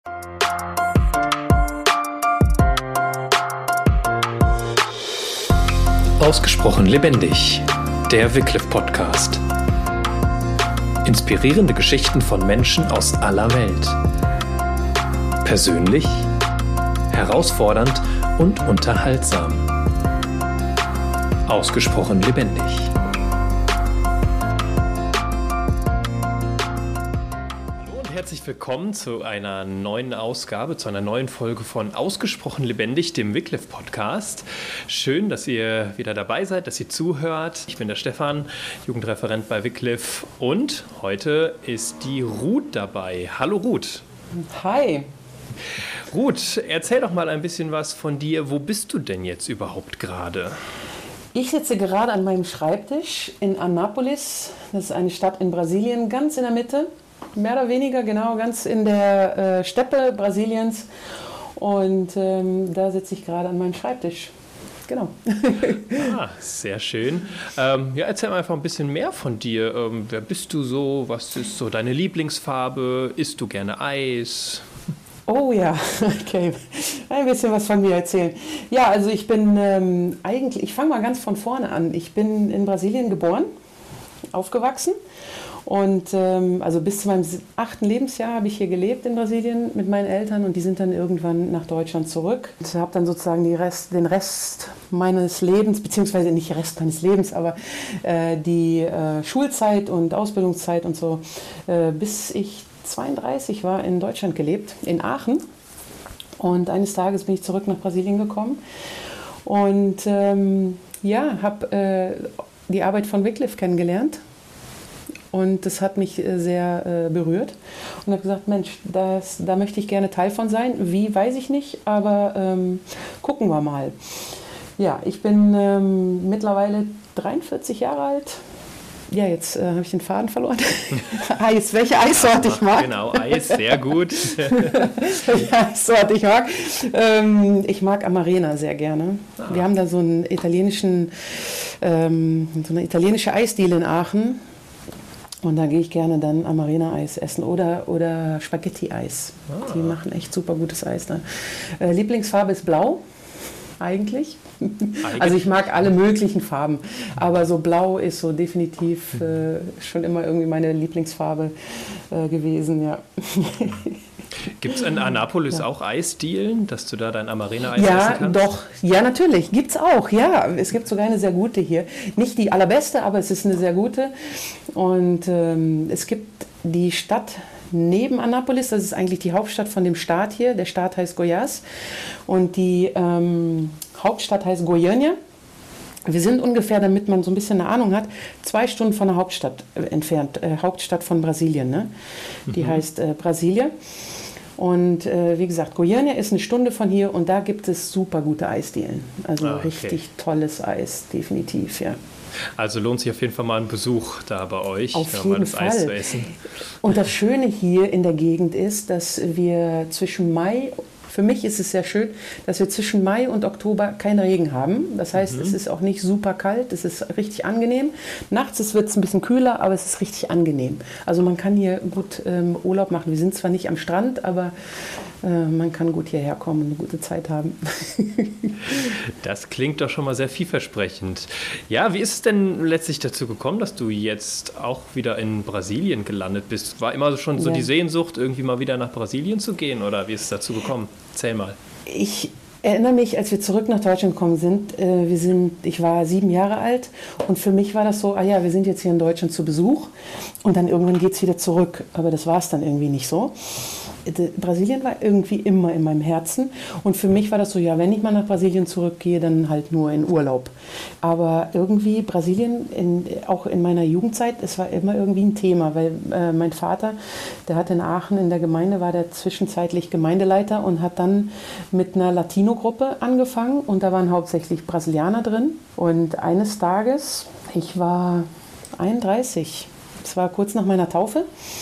Ausgesprochen lebendig, der Wycliffe Podcast. Inspirierende Geschichten von Menschen aus aller Welt. Persönlich, herausfordernd und unterhaltsam. Ausgesprochen lebendig. Hallo und herzlich willkommen zu einer neuen Ausgabe, zu einer neuen Folge von Ausgesprochen lebendig, dem Wycliffe Podcast. Schön, dass ihr wieder dabei seid, dass ihr zuhört. Ich bin der Stefan, Jugendreferent bei Wycliffe, und heute ist die Ruth dabei. Hallo Ruth. Hi. Ruth, erzähl doch mal ein bisschen was von dir. Wo bist du denn jetzt überhaupt gerade? Ich sitze gerade an meinem Schreibtisch in Anápolis. Das ist eine Stadt in Brasilien, ganz in der Mitte. Mehr oder weniger, genau, ganz in der Steppe Brasiliens. Und da sitze ich gerade an meinem Schreibtisch. Genau. Sehr schön. Erzähl mal einfach ein bisschen mehr von dir. Wer bist du so? Was ist so deine Lieblingsfarbe? Isst du gerne Eis? Oh ja, okay. Ein bisschen was von mir erzählen. Ja, also ich bin ich fange mal ganz von vorne an. Ich bin in Brasilien geboren, aufgewachsen. Und also bis zu meinem 8. Lebensjahr habe ich hier gelebt in Brasilien mit meinen Eltern, und die sind dann irgendwann nach Deutschland zurück. Ich habe dann sozusagen den Rest meines Lebens, beziehungsweise nicht Rest meines Lebens, aber die Schulzeit und Ausbildungszeit und so, bis ich 32 war, in Deutschland gelebt, in Aachen. Und eines Tages bin ich zurück nach Brasilien gekommen und habe die Arbeit von Wycliffe kennengelernt. Und das hat mich sehr berührt und habe gesagt, Mensch, da möchte ich gerne Teil von sein. Wie, weiß ich nicht, aber gucken wir mal. Ja, ich bin mittlerweile 43 Jahre alt. Ja, jetzt habe ich den Faden verloren. Eis, welche Eissorte ich mag. Genau, Eis, sehr gut. Welche Eissorte ich mag. Ich mag Amarena sehr gerne. Wir haben da so eine italienische Eisdiele in Aachen. Und da gehe ich gerne dann Amarena-Eis essen oder Spaghetti-Eis. Die machen echt super gutes Eis da. Lieblingsfarbe ist blau, eigentlich. Also ich mag alle möglichen Farben, aber so blau ist so definitiv schon immer irgendwie meine Lieblingsfarbe gewesen, ja. Gibt es in Anápolis auch Eisdielen, dass du da dein Amarena-Eis essen kannst? Ja, doch. Ja, natürlich. Gibt es auch. Ja, es gibt sogar eine sehr gute hier. Nicht die allerbeste, aber es ist eine sehr gute. Und es gibt die Stadt neben Anápolis. Das ist eigentlich die Hauptstadt von dem Staat hier. Der Staat heißt Goiás und die Hauptstadt heißt Goiânia. Wir sind ungefähr, damit man so ein bisschen eine Ahnung hat, 2 Stunden von der Hauptstadt entfernt. Hauptstadt von Brasilien, ne? Die heißt Brasília. Und wie gesagt, Goiânia ist 1 Stunde von hier, und da gibt es super gute Eisdielen. Also richtig tolles Eis, definitiv, ja. Also lohnt sich auf jeden Fall mal ein Besuch da bei euch, mal das Eis zu essen. Und das Schöne hier in der Gegend ist, dass wir zwischen Mai, für mich ist es sehr schön, dass wir zwischen Mai und Oktober keinen Regen haben. Das heißt, es ist auch nicht super kalt, es ist richtig angenehm. Nachts wird es ein bisschen kühler, aber es ist richtig angenehm. Also man kann hier gut Urlaub machen. Wir sind zwar nicht am Strand, aber man kann gut hierher kommen und eine gute Zeit haben. Das klingt doch schon mal sehr vielversprechend. Ja, wie ist es denn letztlich dazu gekommen, dass du jetzt auch wieder in Brasilien gelandet bist? War immer schon so die Sehnsucht, irgendwie mal wieder nach Brasilien zu gehen, oder wie ist es dazu gekommen? Erzähl mal. Ich erinnere mich, als wir zurück nach Deutschland gekommen sind, ich war 7 Jahre alt, und für mich war das so, wir sind jetzt hier in Deutschland zu Besuch und dann irgendwann geht es wieder zurück. Aber das war es dann irgendwie nicht so. Brasilien war irgendwie immer in meinem Herzen, und für mich war das so, wenn ich mal nach Brasilien zurückgehe, dann halt nur in Urlaub. Aber irgendwie Brasilien, auch in meiner Jugendzeit, es war immer irgendwie ein Thema, weil mein Vater, der hat in Aachen in der Gemeinde, war der zwischenzeitlich Gemeindeleiter und hat dann mit einer Latino-Gruppe angefangen, und da waren hauptsächlich Brasilianer drin. Und eines Tages, ich war 31, es war kurz nach meiner Taufe,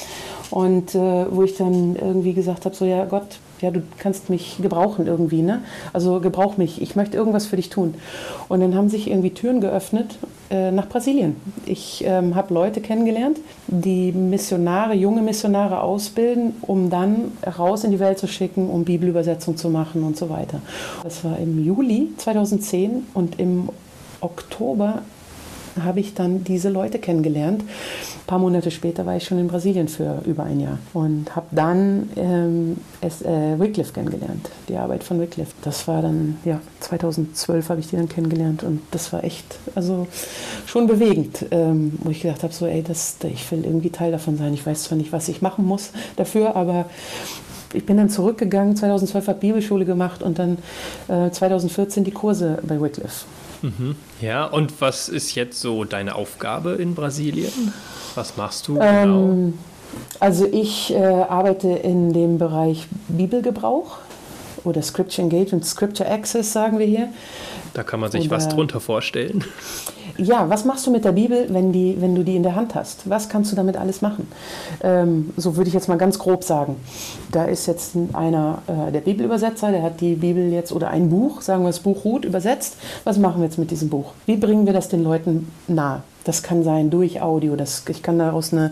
Und wo ich dann irgendwie gesagt habe, so ja Gott, ja, du kannst mich gebrauchen irgendwie, ne? Also gebrauch mich, ich möchte irgendwas für dich tun. Und dann haben sich irgendwie Türen geöffnet nach Brasilien. Ich habe Leute kennengelernt, die Missionare, junge Missionare ausbilden, um dann raus in die Welt zu schicken, um Bibelübersetzung zu machen und so weiter. Das war im Juli 2010 und im Oktober habe ich dann diese Leute kennengelernt. Ein paar Monate später war ich schon in Brasilien für über ein Jahr und habe dann Wycliffe kennengelernt, die Arbeit von Wycliffe. Das war dann, ja, 2012 habe ich die dann kennengelernt und das war echt, also schon bewegend, wo ich gedacht habe, so ey, ich will irgendwie Teil davon sein. Ich weiß zwar nicht, was ich machen muss dafür, aber ich bin dann zurückgegangen, 2012 habe Bibelschule gemacht und dann 2014 die Kurse bei Wycliffe. Ja, und was ist jetzt so deine Aufgabe in Brasilien? Was machst du genau? Also ich arbeite in dem Bereich Bibelgebrauch oder Scripture Engagement, Scripture Access sagen wir hier. Da kann man sich was drunter vorstellen. Ja, was machst du mit der Bibel, wenn du die in der Hand hast? Was kannst du damit alles machen? So würde ich jetzt mal ganz grob sagen. Da ist jetzt einer, der Bibelübersetzer, der hat die Bibel jetzt oder ein Buch, sagen wir das Buch Ruth, übersetzt. Was machen wir jetzt mit diesem Buch? Wie bringen wir das den Leuten nahe? Das kann sein durch Audio, ich kann daraus eine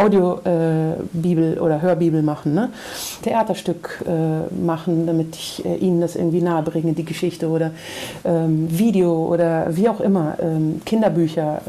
Audio-Bibel oder Hörbibel machen, ne? Theaterstück machen, damit ich ihnen das irgendwie nahe bringe, die Geschichte oder Video oder wie auch immer, Kinderbücher.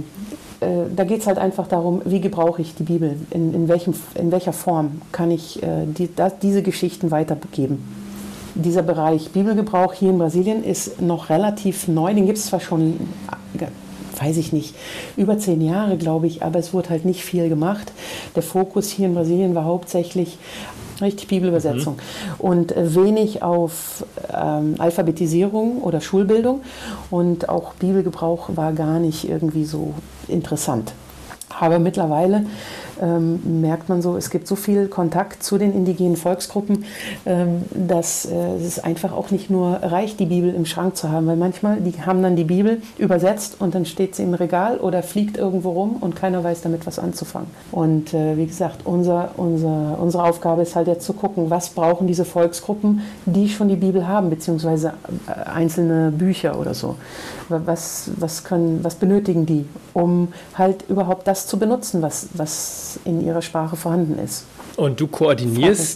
Da geht es halt einfach darum, wie gebrauche ich die Bibel, in welcher Form kann ich diese Geschichten weitergeben. Dieser Bereich Bibelgebrauch hier in Brasilien ist noch relativ neu, den gibt es zwar schon, weiß ich nicht, über 10 Jahre, glaube ich, aber es wurde halt nicht viel gemacht. Der Fokus hier in Brasilien war hauptsächlich richtig Bibelübersetzung und wenig auf Alphabetisierung oder Schulbildung und auch Bibelgebrauch war gar nicht irgendwie so interessant. Aber mittlerweile merkt man so, es gibt so viel Kontakt zu den indigenen Volksgruppen, dass es einfach auch nicht nur reicht, die Bibel im Schrank zu haben, weil manchmal, die haben dann die Bibel übersetzt und dann steht sie im Regal oder fliegt irgendwo rum und keiner weiß damit was anzufangen. Und wie gesagt, unsere Aufgabe ist halt jetzt zu gucken, was brauchen diese Volksgruppen, die schon die Bibel haben, beziehungsweise einzelne Bücher oder so. Was benötigen die, um halt überhaupt das zu benutzen, was in ihrer Sprache vorhanden ist. Und du koordinierst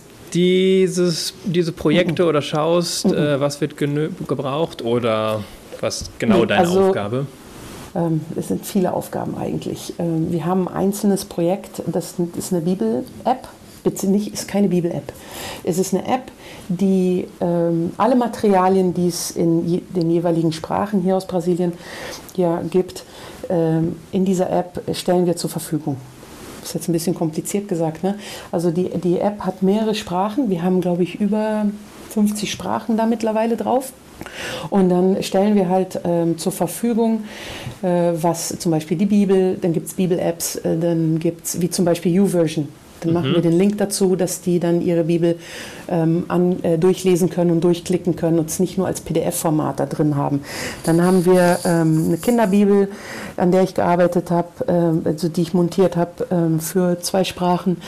diese Projekte oder schaust, was wird gebraucht oder was genau deine Aufgabe? Es sind viele Aufgaben eigentlich. Wir haben ein einzelnes Projekt, das ist eine Bibel-App. Ist keine Bibel-App. Es ist eine App, die alle Materialien, die es in den jeweiligen Sprachen hier aus Brasilien ja gibt, in dieser App stellen wir zur Verfügung. Das ist jetzt ein bisschen kompliziert gesagt, ne? Also die App hat mehrere Sprachen. Wir haben, glaube ich, über 50 Sprachen da mittlerweile drauf. Und dann stellen wir halt zur Verfügung, was zum Beispiel die Bibel, dann gibt es Bibel-Apps, dann gibt es wie zum Beispiel YouVersion. Dann machen wir den Link dazu, dass die dann ihre Bibel durchlesen können und durchklicken können und es nicht nur als PDF-Format da drin haben. Dann haben wir eine Kinderbibel, an der ich gearbeitet habe, also die ich montiert habe für 2 Sprachen.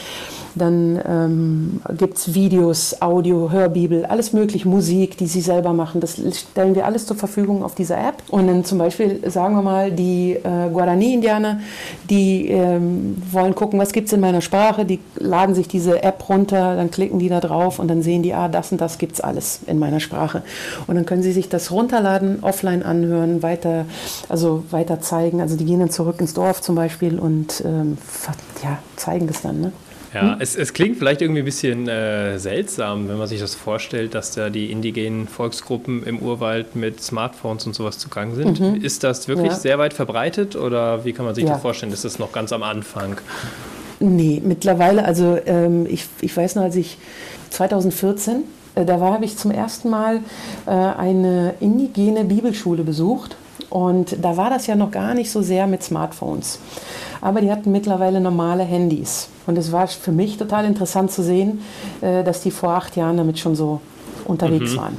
Dann gibt es Videos, Audio, Hörbibel, alles mögliche, Musik, die sie selber machen. Das stellen wir alles zur Verfügung auf dieser App. Und dann zum Beispiel, sagen wir mal, die Guarani-Indianer, die wollen gucken, was gibt es in meiner Sprache. Die laden sich diese App runter, dann klicken die da drauf und dann sehen die, das und das gibt es alles in meiner Sprache. Und dann können sie sich das runterladen, offline anhören, weiter zeigen. Also die gehen dann zurück ins Dorf zum Beispiel und zeigen das dann, ne? Ja, es klingt vielleicht irgendwie ein bisschen seltsam, wenn man sich das vorstellt, dass da die indigenen Volksgruppen im Urwald mit Smartphones und sowas zugange sind. Ist das wirklich sehr weit verbreitet oder wie kann man sich das vorstellen? Ist das noch ganz am Anfang? Nee, mittlerweile, also ich weiß noch, als ich 2014, habe ich zum ersten Mal eine indigene Bibelschule besucht. Und da war das ja noch gar nicht so sehr mit Smartphones. Aber die hatten mittlerweile normale Handys. Und es war für mich total interessant zu sehen, dass die vor 8 Jahren damit schon so unterwegs waren.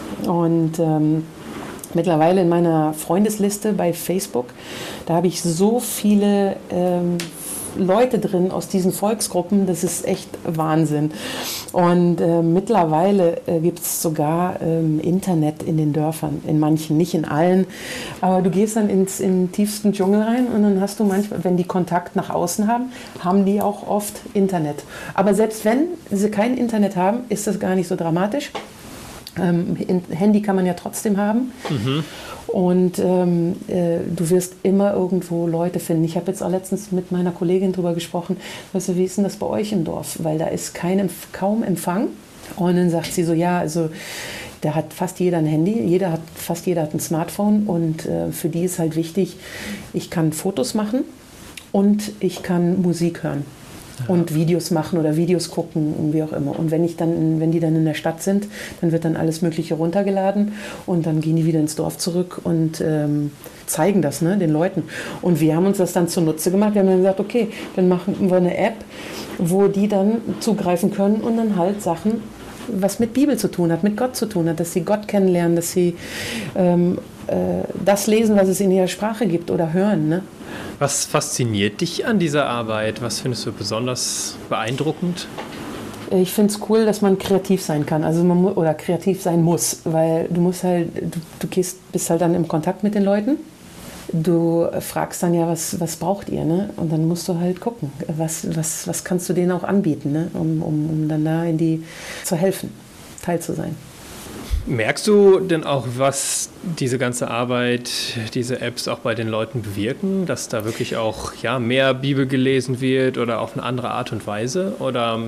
Und mittlerweile in meiner Freundesliste bei Facebook, da habe ich so viele Leute drin aus diesen Volksgruppen, das ist echt Wahnsinn. Und mittlerweile gibt es sogar Internet in den Dörfern, in manchen, nicht in allen. Aber du gehst dann in den tiefsten Dschungel rein und dann hast du manchmal, wenn die Kontakt nach außen haben, haben die auch oft Internet. Aber selbst wenn sie kein Internet haben, ist das gar nicht so dramatisch. Handy kann man ja trotzdem haben. Mhm. Und du wirst immer irgendwo Leute finden. Ich habe jetzt auch letztens mit meiner Kollegin darüber gesprochen, weißt du, wie ist denn das bei euch im Dorf? Weil da ist kaum Empfang. Und dann sagt sie so, ja, also da hat fast jeder ein Handy, fast jeder hat ein Smartphone. Und für die ist halt wichtig, ich kann Fotos machen und ich kann Musik hören. Und Videos machen oder Videos gucken und wie auch immer. Und wenn die dann in der Stadt sind, dann wird dann alles Mögliche runtergeladen und dann gehen die wieder ins Dorf zurück und zeigen das, ne, den Leuten. Und wir haben uns das dann zunutze gemacht. Wir haben dann gesagt, okay, dann machen wir eine App, wo die dann zugreifen können und dann halt Sachen, was mit Bibel zu tun hat, mit Gott zu tun hat, dass sie Gott kennenlernen, dass sie das lesen, was es in ihrer Sprache gibt oder hören, ne? Was fasziniert dich an dieser Arbeit? Was findest du besonders beeindruckend? Ich finde es cool, dass man kreativ sein kann, also oder kreativ sein muss, weil du musst halt, bist halt dann im Kontakt mit den Leuten. Du fragst dann ja, was braucht ihr, ne? Und dann musst du halt gucken, was kannst du denen auch anbieten, ne? Um dann da zu helfen, Teil zu sein. Merkst du denn auch, was diese ganze Arbeit, diese Apps auch bei den Leuten bewirken, dass da wirklich auch mehr Bibel gelesen wird oder auf eine andere Art und Weise? Oder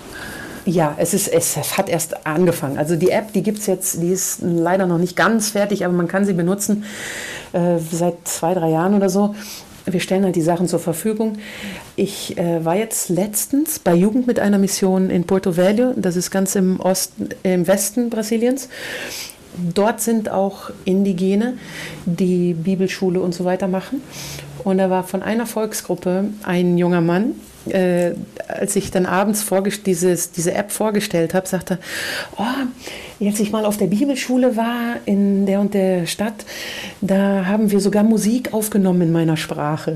ja, es hat erst angefangen. Also die App, die gibt es jetzt, die ist leider noch nicht ganz fertig, aber man kann sie benutzen seit 2-3 Jahren oder so. Wir stellen halt die Sachen zur Verfügung. Ich war jetzt letztens bei Jugend mit einer Mission in Porto Velho, das ist ganz im Westen Brasiliens. Dort sind auch Indigene, die Bibelschule und so weiter machen. Und da war von einer Volksgruppe ein junger Mann, als ich dann abends diese App vorgestellt habe, sagte er, als ich mal auf der Bibelschule war in der und der Stadt, da haben wir sogar Musik aufgenommen in meiner Sprache.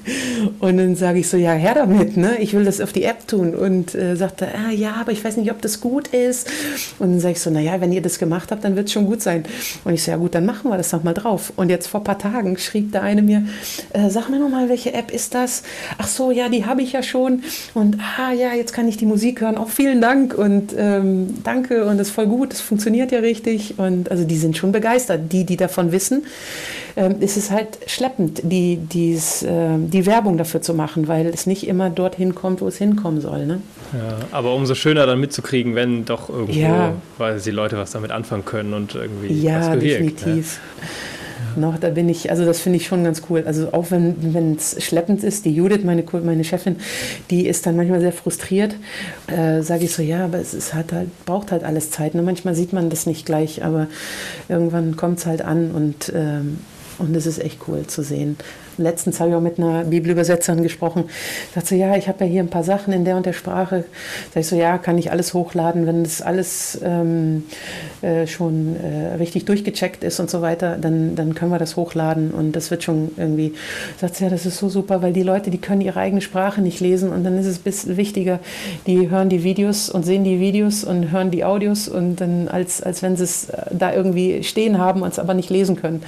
Und dann sage ich so, ja, her damit, ne? Ich will das auf die App tun. Und sagte, ja, aber ich weiß nicht, ob das gut ist. Und dann sage ich so, naja, wenn ihr das gemacht habt, dann wird es schon gut sein. Und ich so, ja gut, dann machen wir das doch mal drauf. Und jetzt vor ein paar Tagen schrieb der eine mir, sag mir nochmal, welche App ist das? Ach so, ja, die habe ich ja schon. Und ja, jetzt kann ich die Musik hören. Auch vielen Dank und danke und das ist voll gut, das funktioniert ja richtig. Und also die sind schon begeistert. Die davon wissen, ist es halt schleppend, die Werbung dafür zu machen, weil es nicht immer dorthin kommt, wo es hinkommen soll. Ne? Ja, aber umso schöner dann mitzukriegen, wenn doch irgendwo, weil die Leute was damit anfangen können und irgendwie was bewirkt. Definitiv. Noch, da bin ich, also das finde ich schon ganz cool. Also auch wenn es schleppend ist, die Judith, meine Chefin, die ist dann manchmal sehr frustriert. Sage ich so, ja, aber es ist braucht halt alles Zeit. Ne? Manchmal sieht man das nicht gleich, aber irgendwann kommt es halt an und es ist echt cool zu sehen. Letztens habe ich auch mit einer Bibelübersetzerin gesprochen. Sagt so, ja, ich habe ja hier ein paar Sachen in der und der Sprache. Sag ich so, ja, kann ich alles hochladen, wenn das alles schon richtig durchgecheckt ist und so weiter, dann können wir das hochladen und das wird schon irgendwie. Sagt sie, ja, das ist so super, weil die Leute, die können ihre eigene Sprache nicht lesen und dann ist es bisschen wichtiger, die hören die Videos und sehen die Videos und hören die Audios und dann als wenn sie es da irgendwie stehen haben und es aber nicht lesen können.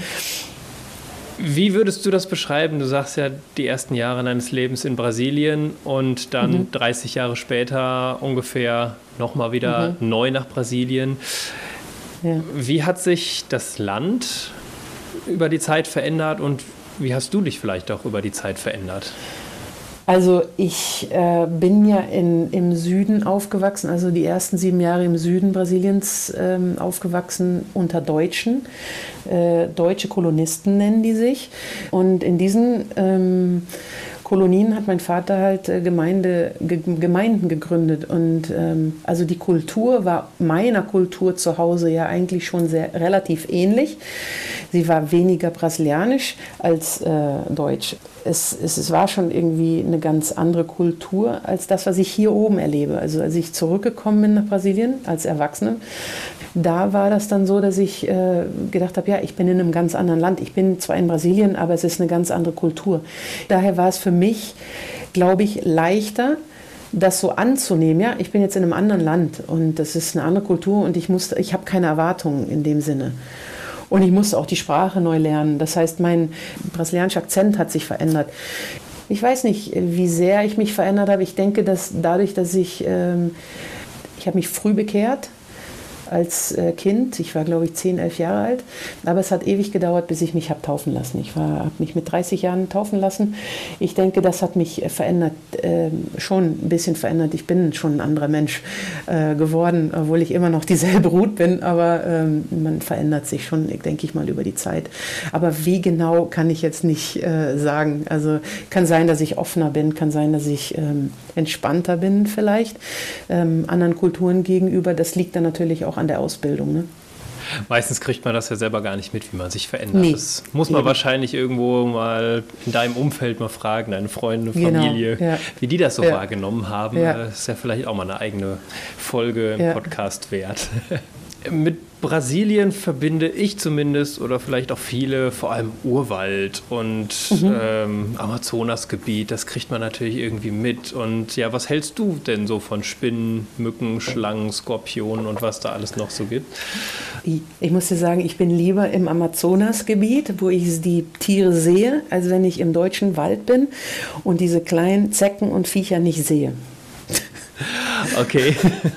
Wie würdest du das beschreiben? Du sagst ja, die ersten Jahre deines Lebens in Brasilien und dann 30 Jahre später ungefähr nochmal wieder neu nach Brasilien. Ja. Wie hat sich das Land über die Zeit verändert und wie hast du dich vielleicht auch über die Zeit verändert? Also ich bin ja im Süden aufgewachsen, also die ersten 7 Jahre im Süden Brasiliens aufgewachsen unter Deutschen. Deutsche Kolonisten nennen die sich. Und in diesen Kolonien hat mein Vater halt Gemeinden gegründet. Und also die Kultur war meiner Kultur zu Hause ja eigentlich schon relativ ähnlich. Sie war weniger brasilianisch als deutsch. Es war schon irgendwie eine ganz andere Kultur als das, was ich hier oben erlebe. Also als ich zurückgekommen bin nach Brasilien als Erwachsene, da war das dann so, dass ich gedacht habe, ja, ich bin in einem ganz anderen Land. Ich bin zwar in Brasilien, aber es ist eine ganz andere Kultur. Daher war es für mich glaube ich, leichter, das so anzunehmen. Ja, ich bin jetzt in einem anderen Land und das ist eine andere Kultur und ich habe keine Erwartungen in dem Sinne. Und ich musste auch die Sprache neu lernen. Das heißt, mein brasilianischer Akzent hat sich verändert. Ich weiß nicht, wie sehr ich mich verändert habe. Ich denke, dass dadurch, dass ich habe mich früh bekehrt als Kind. Ich war, glaube ich, 10, 11 Jahre alt. Aber es hat ewig gedauert, bis ich mich habe taufen lassen. Ich habe mich mit 30 Jahren taufen lassen. Ich denke, das hat mich verändert, schon ein bisschen verändert. Ich bin schon ein anderer Mensch geworden, obwohl ich immer noch dieselbe Ruth bin. Aber man verändert sich schon, denke ich mal, über die Zeit. Aber wie genau, kann ich jetzt nicht sagen. Also kann sein, dass ich offener bin, kann sein, dass ich entspannter bin vielleicht anderen Kulturen gegenüber. Das liegt dann natürlich auch an der Ausbildung. Ne? Meistens kriegt man das ja selber gar nicht mit, wie man sich verändert. Nee, das muss man wahrscheinlich irgendwo mal in deinem Umfeld mal fragen, deine Freunde, Familie, genau, ja. Wie die das so wahrgenommen haben. Ja. Das ist ja vielleicht auch mal eine eigene Folge im Podcast wert. Mit Brasilien verbinde ich zumindest oder vielleicht auch viele vor allem Urwald und Amazonasgebiet. Das kriegt man natürlich irgendwie mit. Und ja, was hältst du denn so von Spinnen, Mücken, Schlangen, Skorpionen und was da alles noch so gibt? Ich muss dir sagen, ich bin lieber im Amazonasgebiet, wo ich die Tiere sehe, als wenn ich im deutschen Wald bin und diese kleinen Zecken und Viecher nicht sehe. Okay.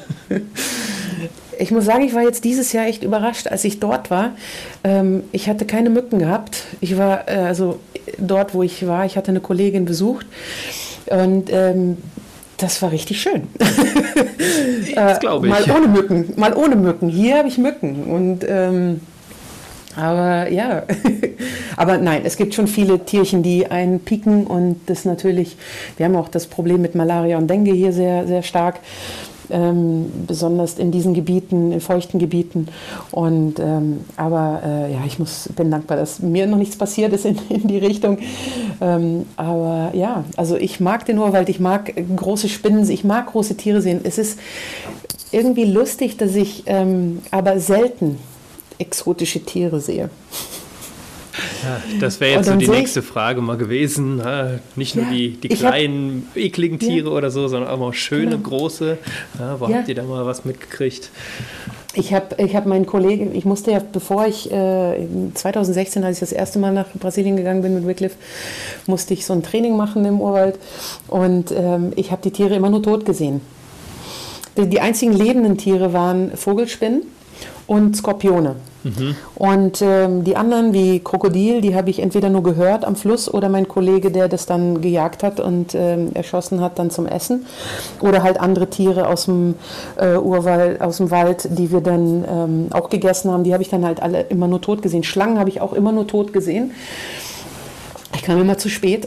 Ich muss sagen, ich war jetzt dieses Jahr echt überrascht, als ich dort war. Ich hatte keine Mücken gehabt. Ich war also dort, wo ich war, ich hatte eine Kollegin besucht und das war richtig schön. Das glaube ich. Mal ohne Mücken. Hier habe ich Mücken und aber ja, aber nein, es gibt schon viele Tierchen, die einen pieken und das natürlich, wir haben auch das Problem mit Malaria und Dengue hier sehr, sehr stark. Besonders in diesen Gebieten, in feuchten Gebieten. Und, aber ja, bin dankbar, dass mir noch nichts passiert ist in die Richtung. Aber ja, also ich mag den Urwald, ich mag große Spinnen, ich mag große Tiere sehen. Es ist irgendwie lustig, dass ich aber selten exotische Tiere sehe. Ja, das wäre jetzt so die nächste Frage mal gewesen. Nicht nur die kleinen, ekligen Tiere oder so, sondern auch mal schöne, große. Wo habt ihr da mal was mitgekriegt? Ich hab meinen Kollegen, ich musste ja, bevor ich 2016, als ich das erste Mal nach Brasilien gegangen bin mit Wycliffe, musste ich so ein Training machen im Urwald und ich habe die Tiere immer nur tot gesehen. Die einzigen lebenden Tiere waren Vogelspinnen und Skorpione. Mhm. Und die anderen wie Krokodil, die habe ich entweder nur gehört am Fluss oder mein Kollege, der das dann gejagt hat und erschossen hat dann zum Essen. Oder halt andere Tiere aus dem Urwald, aus dem Wald, die wir dann auch gegessen haben, die habe ich dann halt alle immer nur tot gesehen. Schlangen habe ich auch immer nur tot gesehen. Ich kam immer zu spät.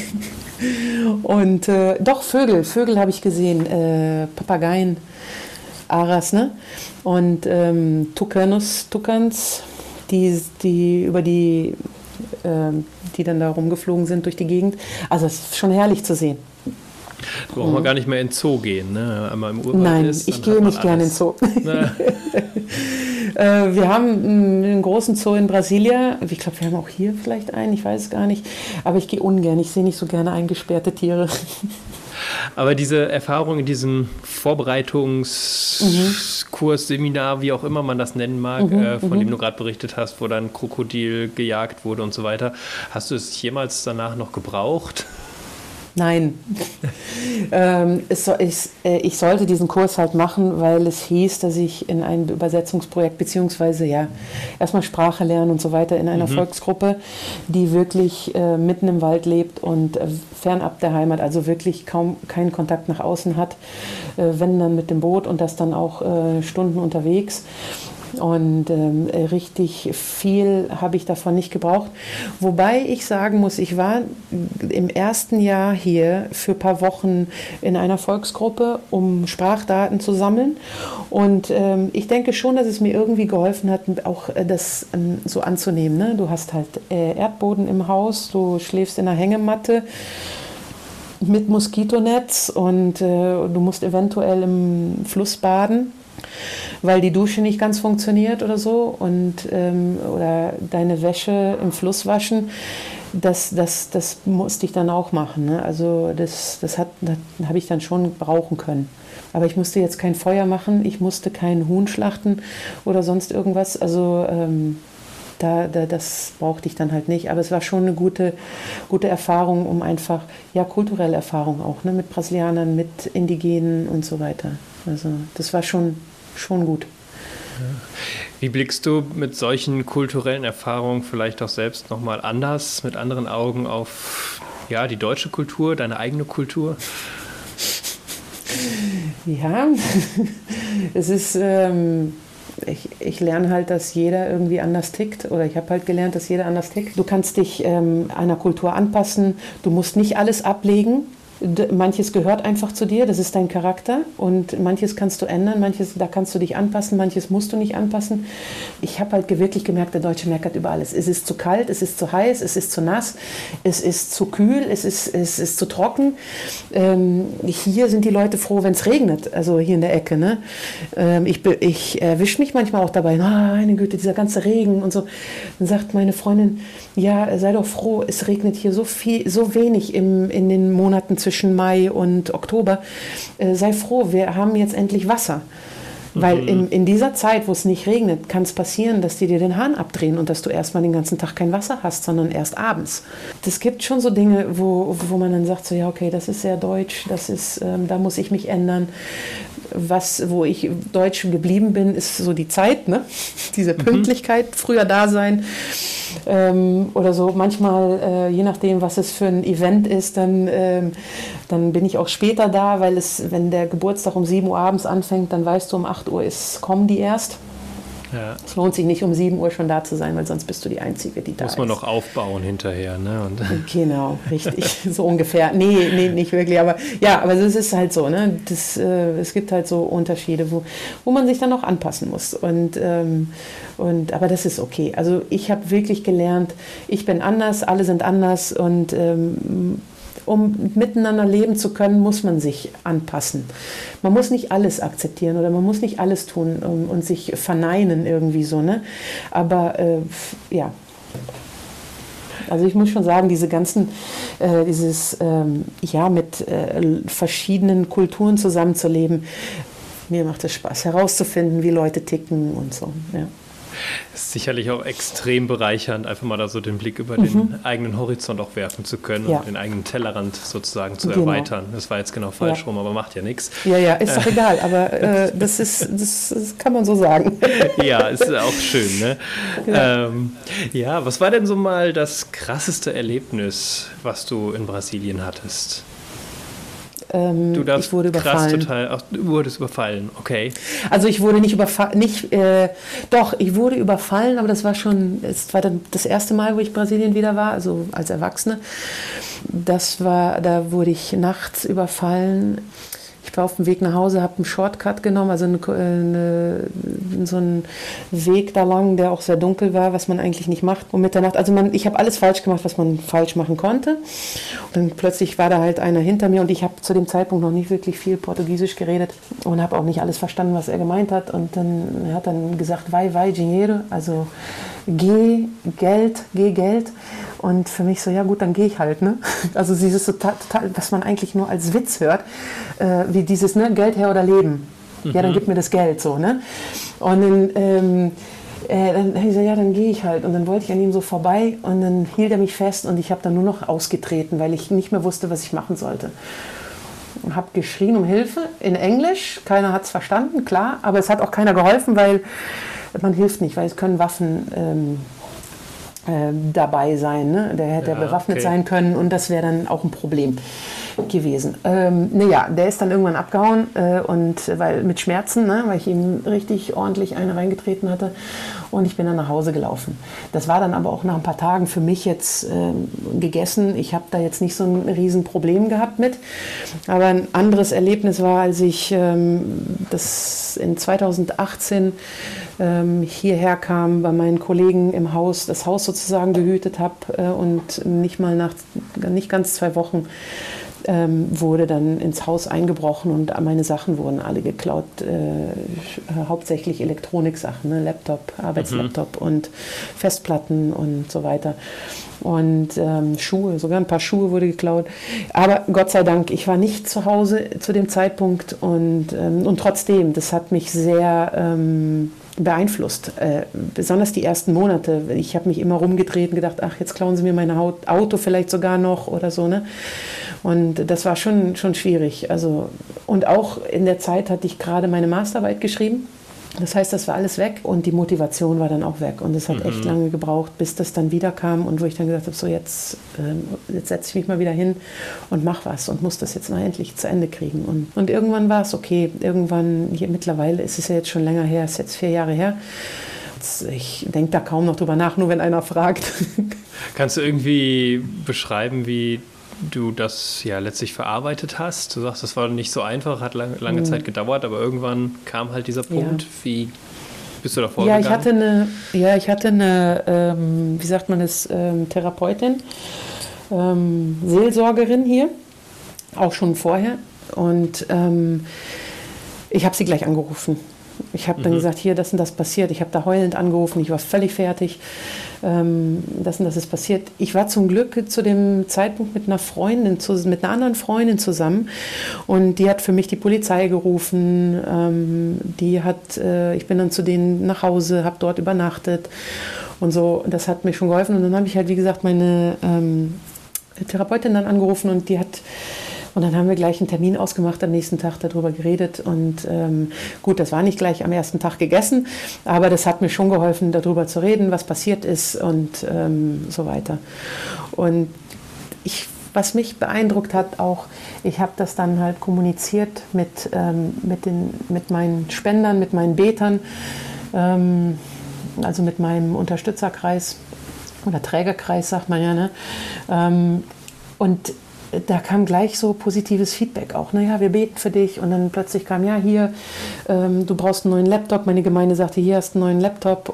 Und doch, Vögel habe ich gesehen, Papageien. Aras, ne? Und Tukans, die dann da rumgeflogen sind durch die Gegend. Also es ist schon herrlich zu sehen. Da braucht man gar nicht mehr in den Zoo gehen, ne? Einmal im Urwald Nein, ist, ich gehe nicht gerne in den Zoo. Wir haben einen großen Zoo in Brasilia. Ich glaube, wir haben auch hier vielleicht einen, ich weiß es gar nicht. Aber ich gehe ungern, ich sehe nicht so gerne eingesperrte Tiere. Aber diese Erfahrung in diesem Vorbereitungskurs, Seminar, wie auch immer man das nennen mag, von dem du gerade berichtet hast, wo dann Krokodil gejagt wurde und so weiter, hast du es jemals danach noch gebraucht? Nein. Ich sollte diesen Kurs halt machen, weil es hieß, dass ich in einem Übersetzungsprojekt beziehungsweise ja erstmal Sprache lernen und so weiter in einer Volksgruppe, die wirklich mitten im Wald lebt und fernab der Heimat, also wirklich kaum keinen Kontakt nach außen hat, wenn dann mit dem Boot und das dann auch Stunden unterwegs. Und richtig viel habe ich davon nicht gebraucht. Wobei ich sagen muss, ich war im ersten Jahr hier für ein paar Wochen in einer Volksgruppe, um Sprachdaten zu sammeln. Und ich denke schon, dass es mir irgendwie geholfen hat, auch das so anzunehmen. Ne? Du hast halt Erdboden im Haus, du schläfst in einer Hängematte mit Moskitonetz und du musst eventuell im Fluss baden, weil die Dusche nicht ganz funktioniert oder so und oder deine Wäsche im Fluss waschen. das musste ich dann auch machen. Ne? Also das habe ich dann schon brauchen können. Aber ich musste jetzt kein Feuer machen, ich musste keinen Huhn schlachten oder sonst irgendwas. Also das brauchte ich dann halt nicht. Aber es war schon eine gute Erfahrung, um einfach, ja, kulturelle Erfahrung auch, ne? Mit Brasilianern, mit Indigenen und so weiter. Also das war schon gut. Wie blickst du mit solchen kulturellen Erfahrungen vielleicht auch selbst nochmal anders, mit anderen Augen auf die deutsche Kultur, deine eigene Kultur? Ja, es ist, ich lerne halt, dass jeder irgendwie anders tickt, oder ich habe halt gelernt, dass jeder anders tickt. Du kannst dich einer Kultur anpassen, du musst nicht alles ablegen. Manches gehört einfach zu dir, das ist dein Charakter, und manches kannst du ändern, da kannst du dich anpassen, manches musst du nicht anpassen. Ich habe halt wirklich gemerkt, der Deutsche meckert über alles. Es ist zu kalt, es ist zu heiß, es ist zu nass, es ist zu kühl, es ist zu trocken. Hier sind die Leute froh, wenn es regnet, also hier in der Ecke. Ne? Ich erwische mich manchmal auch dabei, meine Güte, dieser ganze Regen und so. Dann sagt meine Freundin, ja, sei doch froh, es regnet hier so wenig in den Monaten zwischen Mai und Oktober. Sei froh, wir haben jetzt endlich Wasser. Weil in dieser Zeit, wo es nicht regnet, kann es passieren, dass die dir den Hahn abdrehen und dass du erstmal den ganzen Tag kein Wasser hast, sondern erst abends. Es gibt schon so Dinge, wo man dann sagt, so, ja, okay, das ist sehr deutsch, da muss ich mich ändern. Wo ich deutsch geblieben bin, ist so die Zeit, ne? Diese Pünktlichkeit, früher da sein. Oder so manchmal, je nachdem, was es für ein Event ist, dann bin ich auch später da, weil wenn der Geburtstag um 7 Uhr abends anfängt, dann weißt du, um 8 Uhr kommen die erst. Ja. Es lohnt sich nicht, um 7 Uhr schon da zu sein, weil sonst bist du die Einzige, die da ist. Muss man noch aufbauen hinterher, ne? Genau, richtig, so ungefähr. Nee, nicht wirklich, aber ja, aber es ist halt so, ne? Es gibt halt so Unterschiede, wo man sich dann auch anpassen muss. Aber das ist okay. Also ich habe wirklich gelernt, ich bin anders, alle sind anders, und um miteinander leben zu können, muss man sich anpassen. Man muss nicht alles akzeptieren oder man muss nicht alles tun und sich verneinen irgendwie so, ne? Aber ja. Also ich muss schon sagen, mit verschiedenen Kulturen zusammenzuleben, mir macht es Spaß, herauszufinden, wie Leute ticken und so, ja. Ist sicherlich auch extrem bereichernd, einfach mal da so den Blick über den eigenen Horizont auch werfen zu können und den eigenen Tellerrand sozusagen zu erweitern. Das war jetzt genau falsch rum, aber macht ja nichts. Ja, ist doch egal, aber das kann man so sagen. Ja, ist auch schön, ne? Ja. Was war denn so mal das krasseste Erlebnis, was du in Brasilien hattest? Ich wurde überfallen. Du wurdest überfallen, okay. Also ich wurde nicht überfallen, ich wurde überfallen, aber es war dann das erste Mal, wo ich in Brasilien wieder war, also als Erwachsene. Da wurde ich nachts überfallen. Ich war auf dem Weg nach Hause, habe einen Shortcut genommen, also so einen Weg da lang, der auch sehr dunkel war, was man eigentlich nicht macht um Mitternacht. Also ich habe alles falsch gemacht, was man falsch machen konnte. Und dann plötzlich war da halt einer hinter mir, und ich habe zu dem Zeitpunkt noch nicht wirklich viel Portugiesisch geredet und habe auch nicht alles verstanden, was er gemeint hat. Und er hat dann gesagt, vai dinheiro, also geh Geld. Und für mich so, ja gut, dann gehe ich halt, ne? Also dieses total, was man eigentlich nur als Witz hört, wie dieses, ne, Geld her oder Leben. Ja, dann gib mir das Geld, so, ne? Und dann habe ich so, ja, dann gehe ich halt. Und dann wollte ich an ihm so vorbei, und dann hielt er mich fest, und ich habe dann nur noch ausgetreten, weil ich nicht mehr wusste, was ich machen sollte. Und habe geschrien um Hilfe in Englisch. Keiner hat es verstanden, klar, aber es hat auch keiner geholfen, weil man hilft nicht, weil es können Waffen dabei sein, ne? Der hätte bewaffnet sein können, und das wäre dann auch ein Problem gewesen. Der ist dann irgendwann abgehauen, weil mit Schmerzen, ne? Weil ich ihm richtig ordentlich eine reingetreten hatte, und ich bin dann nach Hause gelaufen. Das war dann aber auch nach ein paar Tagen für mich jetzt gegessen. Ich habe da jetzt nicht so ein Riesenproblem gehabt mit. Aber ein anderes Erlebnis war, als ich das in 2018 hierher kam, bei meinen Kollegen im Haus, das Haus sozusagen gehütet habe, und nicht ganz 2 Wochen wurde dann ins Haus eingebrochen und meine Sachen wurden alle geklaut. Hauptsächlich Elektroniksachen, ne? Laptop, Arbeitslaptop und Festplatten und so weiter. Und Schuhe, sogar ein paar Schuhe wurde geklaut. Aber Gott sei Dank, ich war nicht zu Hause zu dem Zeitpunkt und trotzdem, das hat mich sehr beeinflusst. Besonders die ersten Monate. Ich habe mich immer rumgedreht und gedacht, ach, jetzt klauen sie mir mein Auto vielleicht sogar noch oder so, ne? Und das war schon schwierig. Also, und auch in der Zeit hatte ich gerade meine Masterarbeit geschrieben. Das heißt, das war alles weg und die Motivation war dann auch weg. Und es hat echt lange gebraucht, bis das dann wieder kam und wo ich dann gesagt habe, so jetzt setze ich mich mal wieder hin und mache was und muss das jetzt mal endlich zu Ende kriegen. Und irgendwann war es okay. Mittlerweile ist es ja jetzt schon länger her, ist jetzt 4 Jahre her. Ich denke da kaum noch drüber nach, nur wenn einer fragt. Kannst du irgendwie beschreiben, wie du das ja letztlich verarbeitet hast? Du sagst, das war nicht so einfach, hat lange Zeit gedauert, aber irgendwann kam halt dieser Punkt. Ja. Wie bist du da vorgegangen? Ich hatte eine wie sagt man das, Therapeutin, Seelsorgerin hier, auch schon vorher. Und ich habe sie gleich angerufen. Ich habe dann gesagt, hier, das und das passiert. Ich habe da heulend angerufen, ich war völlig fertig. Das und das ist passiert. Ich war zum Glück zu dem Zeitpunkt mit einer anderen Freundin zusammen und die hat für mich die Polizei gerufen. Ich bin dann zu denen nach Hause, habe dort übernachtet und so. Das hat mir schon geholfen. Und dann habe ich halt, wie gesagt, meine Therapeutin dann angerufen und dann haben wir gleich einen Termin ausgemacht, am nächsten Tag darüber geredet. Und gut, das war nicht gleich am ersten Tag gegessen, aber das hat mir schon geholfen, darüber zu reden, was passiert ist und so weiter. Und was mich beeindruckt hat auch, ich habe das dann halt kommuniziert mit meinen Spendern, mit meinen Betern, also mit meinem Unterstützerkreis oder Trägerkreis, sagt man ja, ne? Und da kam gleich so positives Feedback auch. Naja, wir beten für dich. Und dann plötzlich kam, ja, hier, du brauchst einen neuen Laptop. Meine Gemeinde sagte, hier hast du einen neuen Laptop.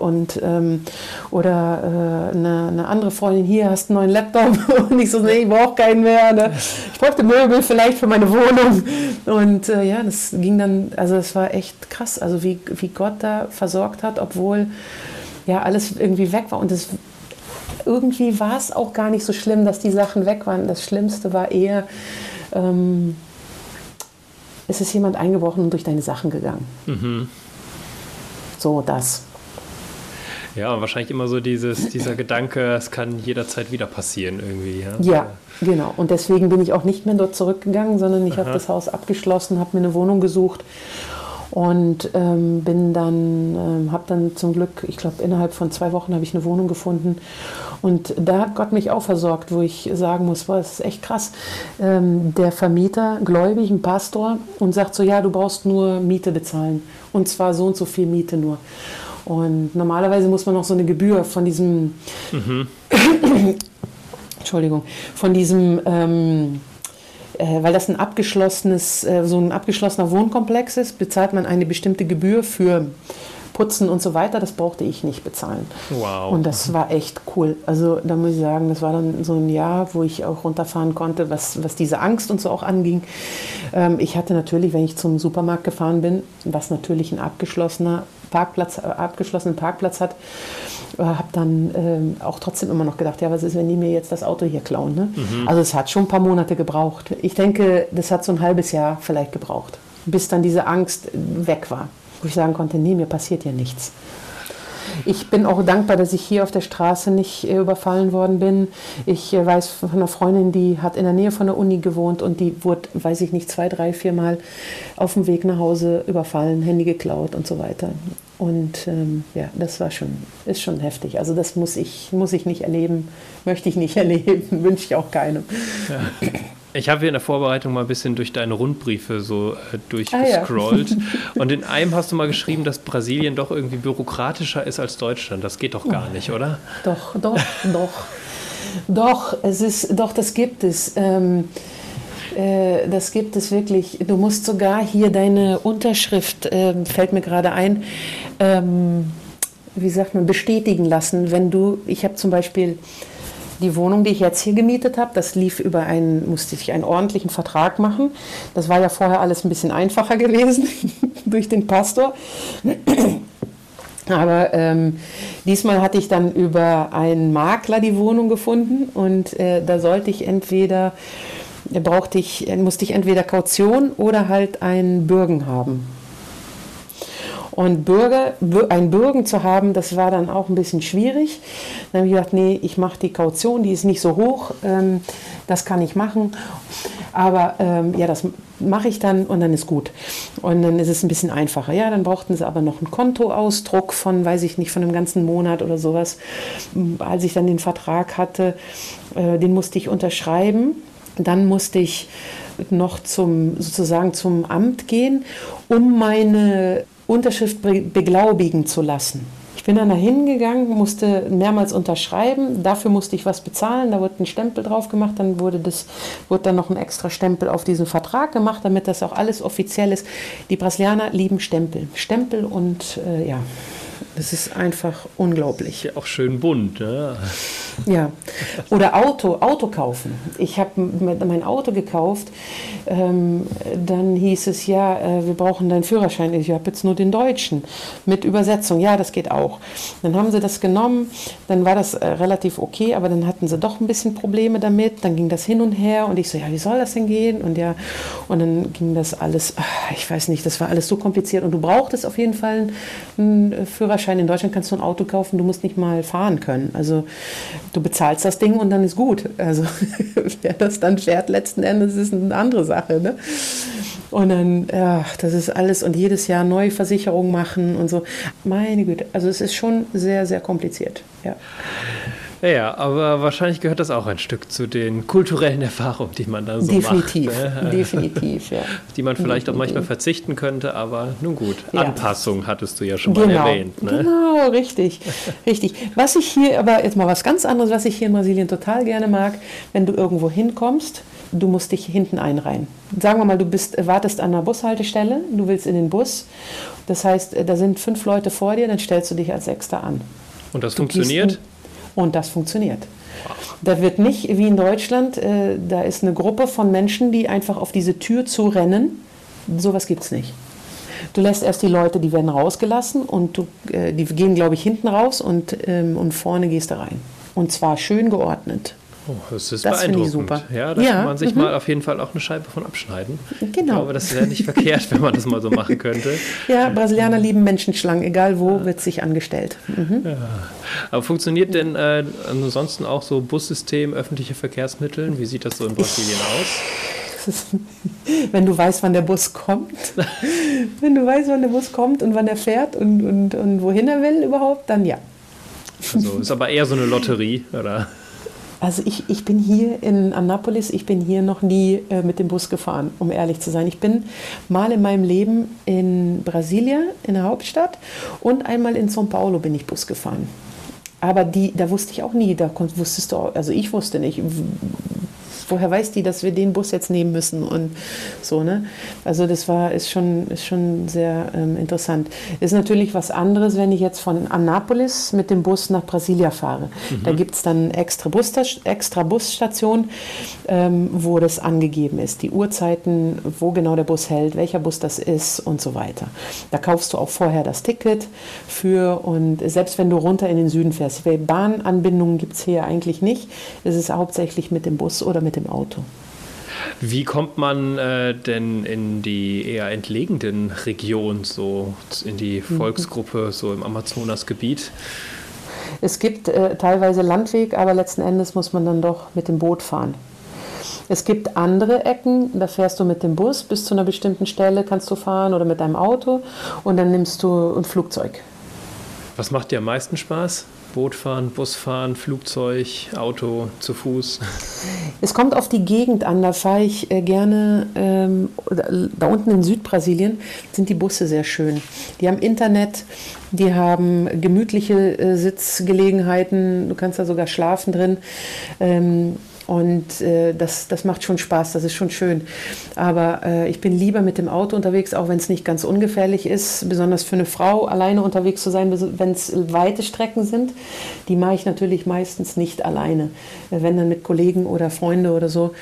Oder eine andere Freundin, hier hast du einen neuen Laptop. Und ich so, nee, ich brauche keinen mehr. Ne? Ich brauchte Möbel vielleicht für meine Wohnung. Und ja, das ging dann, also es war echt krass. Also wie Gott da versorgt hat, obwohl ja alles irgendwie weg war. Und irgendwie war es auch gar nicht so schlimm, dass die Sachen weg waren. Das Schlimmste war eher, es ist jemand eingebrochen und durch deine Sachen gegangen. So, das. Ja, und wahrscheinlich immer so dieser Gedanke, es kann jederzeit wieder passieren irgendwie. Ja, genau. Und deswegen bin ich auch nicht mehr dort zurückgegangen, sondern ich habe das Haus abgeschlossen, habe mir eine Wohnung gesucht. Und habe dann zum Glück, ich glaube innerhalb von 2 Wochen habe ich eine Wohnung gefunden und da hat Gott mich auch versorgt, wo ich sagen muss, boah, das ist echt krass. Der Vermieter, gläubig, ein Pastor und sagt so, ja, du brauchst nur Miete bezahlen und zwar so und so viel Miete nur. Und normalerweise muss man noch so eine Gebühr von diesem, Entschuldigung, von diesem weil das so ein abgeschlossener Wohnkomplex ist, bezahlt man eine bestimmte Gebühr für Putzen und so weiter. Das brauchte ich nicht bezahlen. Wow. Und das war echt cool. Also da muss ich sagen, das war dann so ein Jahr, wo ich auch runterfahren konnte, was diese Angst und so auch anging. Ich hatte natürlich, wenn ich zum Supermarkt gefahren bin, was natürlich ein abgeschlossenen Parkplatz hat, habe dann auch trotzdem immer noch gedacht, ja, was ist, wenn die mir jetzt das Auto hier klauen? Ne? Also es hat schon ein paar Monate gebraucht. Ich denke, das hat so ein halbes Jahr vielleicht gebraucht, bis dann diese Angst weg war, wo ich sagen konnte, nee, mir passiert ja nichts. Ich bin auch dankbar, dass ich hier auf der Straße nicht überfallen worden bin. Ich weiß von einer Freundin, die hat in der Nähe von der Uni gewohnt und die wurde, weiß ich nicht, 2, 3, 4 Mal auf dem Weg nach Hause überfallen, Handy geklaut und so weiter. Und ja, das ist schon heftig. Also das muss ich nicht erleben, möchte ich nicht erleben, wünsche ich auch keinem. Ja. Ich habe hier in der Vorbereitung mal ein bisschen durch deine Rundbriefe so durchgescrollt. Ja. Und in einem hast du mal geschrieben, dass Brasilien doch irgendwie bürokratischer ist als Deutschland. Das geht doch gar nicht, oder? Doch. Doch, das gibt es. Das gibt es wirklich. Du musst sogar hier deine Unterschrift, fällt mir gerade ein, wie sagt man, bestätigen lassen. Ich habe zum Beispiel Die Wohnung, die ich jetzt hier gemietet habe, das lief musste ich einen ordentlichen Vertrag machen. Das war ja vorher alles ein bisschen einfacher gewesen durch den Pastor. Aber diesmal hatte ich dann über einen Makler die Wohnung gefunden und da musste ich entweder Kaution oder halt einen Bürgen haben. Und ein Bürgen zu haben, das war dann auch ein bisschen schwierig. Dann habe ich gedacht, nee, ich mache die Kaution, die ist nicht so hoch, das kann ich machen. Aber ja, das mache ich dann und dann ist gut. Und dann ist es ein bisschen einfacher. Ja, dann brauchten sie aber noch einen Kontoausdruck von, weiß ich nicht, von einem ganzen Monat oder sowas. Als ich dann den Vertrag hatte, den musste ich unterschreiben. Dann musste ich noch zum Amt gehen, um meine Unterschrift beglaubigen zu lassen. Ich bin dann da hingegangen, musste mehrmals unterschreiben, dafür musste ich was bezahlen, da wurde ein Stempel drauf gemacht, dann wurde dann noch ein extra Stempel auf diesen Vertrag gemacht, damit das auch alles offiziell ist. Die Brasilianer lieben Stempel. Stempel und ja, das ist einfach unglaublich. Ja, auch schön bunt, ne? Ja, oder Auto kaufen. Ich habe mein Auto gekauft, dann hieß es, ja, wir brauchen deinen Führerschein. Ich habe jetzt nur den deutschen mit Übersetzung. Ja, das geht auch. Dann haben sie das genommen, dann war das relativ okay, aber dann hatten sie doch ein bisschen Probleme damit. Dann ging das hin und her und ich so, ja, wie soll das denn gehen? Und ja, und dann ging das alles, ich weiß nicht, das war alles so kompliziert und du brauchtest auf jeden Fall einen Führerschein. In Deutschland kannst du ein Auto kaufen, du musst nicht mal fahren können. Also du bezahlst das Ding und dann ist gut. Also wer das dann fährt, letzten Endes ist eine andere Sache. Ne? Und dann, ja, das ist alles und jedes Jahr neue Versicherungen machen und so. Meine Güte, also es ist schon sehr, sehr kompliziert. Ja. Ja, aber wahrscheinlich gehört das auch ein Stück zu den kulturellen Erfahrungen, die man da so definitiv, macht. Ne? Definitiv, ja. Die man vielleicht auch manchmal verzichten könnte, aber nun gut. Ja. Anpassung hattest du ja schon mal erwähnt. Ne? Genau, richtig. Was ich hier, aber jetzt mal was ganz anderes, was ich hier in Brasilien total gerne mag, wenn du irgendwo hinkommst, du musst dich hinten einreihen. Sagen wir mal, wartest an einer Bushaltestelle, du willst in den Bus, das heißt, da sind 5 Leute vor dir, dann stellst du dich als Sechster an. Und das funktioniert? Und das funktioniert. Da wird nicht wie in Deutschland, da ist eine Gruppe von Menschen, die einfach auf diese Tür zurennen. Sowas gibt es nicht. Du lässt erst die Leute, die werden rausgelassen und die gehen, glaube ich, hinten raus und vorne gehst du rein. Und zwar schön geordnet. Oh, das ist beeindruckend. Ich super. Ja, da kann man sich mal auf jeden Fall auch eine Scheibe von abschneiden. Genau. Ich glaube, das wäre nicht verkehrt, wenn man das mal so machen könnte. Ja, Brasilianer lieben Menschenschlangen, egal wo, wird sich angestellt. Mhm. Ja. Aber funktioniert denn ansonsten auch so Bussystem, öffentliche Verkehrsmittel? Wie sieht das so in Brasilien aus? Wenn du weißt, wann der Bus kommt. Wenn du weißt, wann der Bus kommt und wann er fährt und wohin er will überhaupt, dann ja. Also ist aber eher so eine Lotterie, oder? Also ich bin hier in Anápolis, ich bin hier noch nie mit dem Bus gefahren, um ehrlich zu sein. Ich bin mal in meinem Leben in Brasilia, in der Hauptstadt, und einmal in São Paulo bin ich Bus gefahren. Aber da wusste ich auch nie, wusstest du auch, also ich wusste nicht, woher weiß die, dass wir den Bus jetzt nehmen müssen und so, ne? Also das ist schon sehr interessant. Ist natürlich was anderes, wenn ich jetzt von Anápolis mit dem Bus nach Brasilia fahre. Mhm. Da gibt es dann extra Busstation, wo das angegeben ist. Die Uhrzeiten, wo genau der Bus hält, welcher Bus das ist und so weiter. Da kaufst du auch vorher das Ticket für, und selbst wenn du runter in den Süden fährst, Bahnanbindungen gibt es hier eigentlich nicht. Es ist hauptsächlich mit dem Bus oder mit dem Auto. Wie kommt man denn in die eher entlegenen Regionen, so in die Volksgruppe, so im Amazonasgebiet? Es gibt teilweise Landweg, aber letzten Endes muss man dann doch mit dem Boot fahren. Es gibt andere Ecken, da fährst du mit dem Bus bis zu einer bestimmten Stelle, kannst du fahren, oder mit deinem Auto, und dann nimmst du ein Flugzeug. Was macht dir am meisten Spaß? Bootfahren, Busfahren, Flugzeug, Auto, zu Fuß? Es kommt auf die Gegend an, da fahre ich gerne, da unten in Südbrasilien sind die Busse sehr schön. Die haben Internet, die haben gemütliche Sitzgelegenheiten, du kannst da sogar schlafen drin. Und das macht schon Spaß, das ist schon schön. Aber ich bin lieber mit dem Auto unterwegs, auch wenn es nicht ganz ungefährlich ist, besonders für eine Frau, alleine unterwegs zu sein, wenn es weite Strecken sind. Die mache ich natürlich meistens nicht alleine, wenn dann mit Kollegen oder Freunde oder so.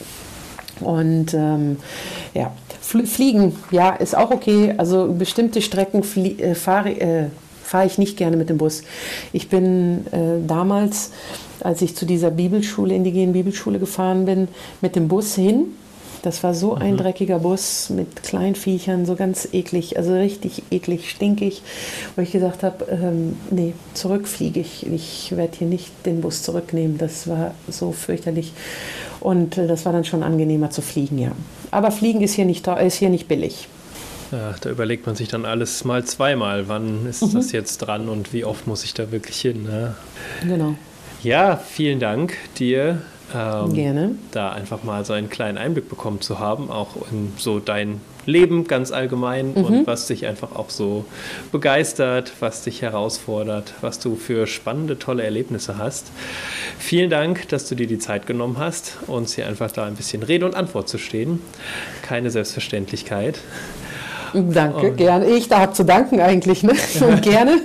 Und ja, Fliegen, ja, ist auch okay. Also bestimmte Strecken fahre ich nicht gerne mit dem Bus. Ich bin damals, als ich zu dieser Bibelschule, indigenen Bibelschule gefahren bin, mit dem Bus hin. Das war so ein dreckiger Bus mit kleinen Viechern, so ganz eklig, also richtig eklig, stinkig, wo ich gesagt habe, nee, zurückfliege ich. Ich werde hier nicht den Bus zurücknehmen. Das war so fürchterlich. Und das war dann schon angenehmer zu fliegen, ja. Aber Fliegen ist hier nicht billig. Ja, da überlegt man sich dann alles mal zweimal. Wann ist das jetzt dran und wie oft muss ich da wirklich hin? Ne? Genau. Ja, vielen Dank dir. Gerne. Da einfach mal so einen kleinen Einblick bekommen zu haben, auch in so dein Leben ganz allgemein und was dich einfach auch so begeistert, was dich herausfordert, was du für spannende, tolle Erlebnisse hast. Vielen Dank, dass du dir die Zeit genommen hast, uns hier einfach da ein bisschen Rede und Antwort zu stehen. Keine Selbstverständlichkeit. Danke, gerne. Ich da habe zu danken eigentlich, ne? Und gerne.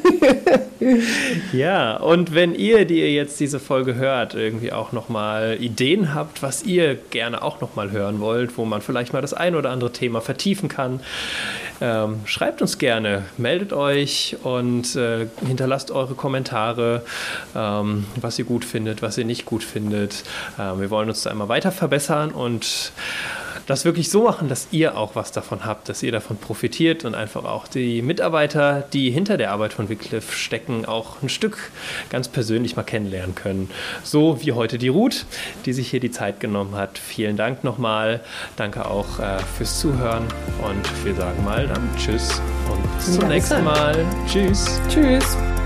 Ja, und wenn ihr, die ihr jetzt diese Folge hört, irgendwie auch nochmal Ideen habt, was ihr gerne auch nochmal hören wollt, wo man vielleicht mal das ein oder andere Thema vertiefen kann, schreibt uns gerne, meldet euch und hinterlasst eure Kommentare, was ihr gut findet, was ihr nicht gut findet. Wir wollen uns da immer weiter verbessern und das wirklich so machen, dass ihr auch was davon habt, dass ihr davon profitiert und einfach auch die Mitarbeiter, die hinter der Arbeit von Wycliffe stecken, auch ein Stück ganz persönlich mal kennenlernen können. So wie heute die Ruth, die sich hier die Zeit genommen hat. Vielen Dank nochmal. Danke auch fürs Zuhören und wir sagen mal dann Tschüss und bis zum nächsten Mal. Tschüss. Tschüss.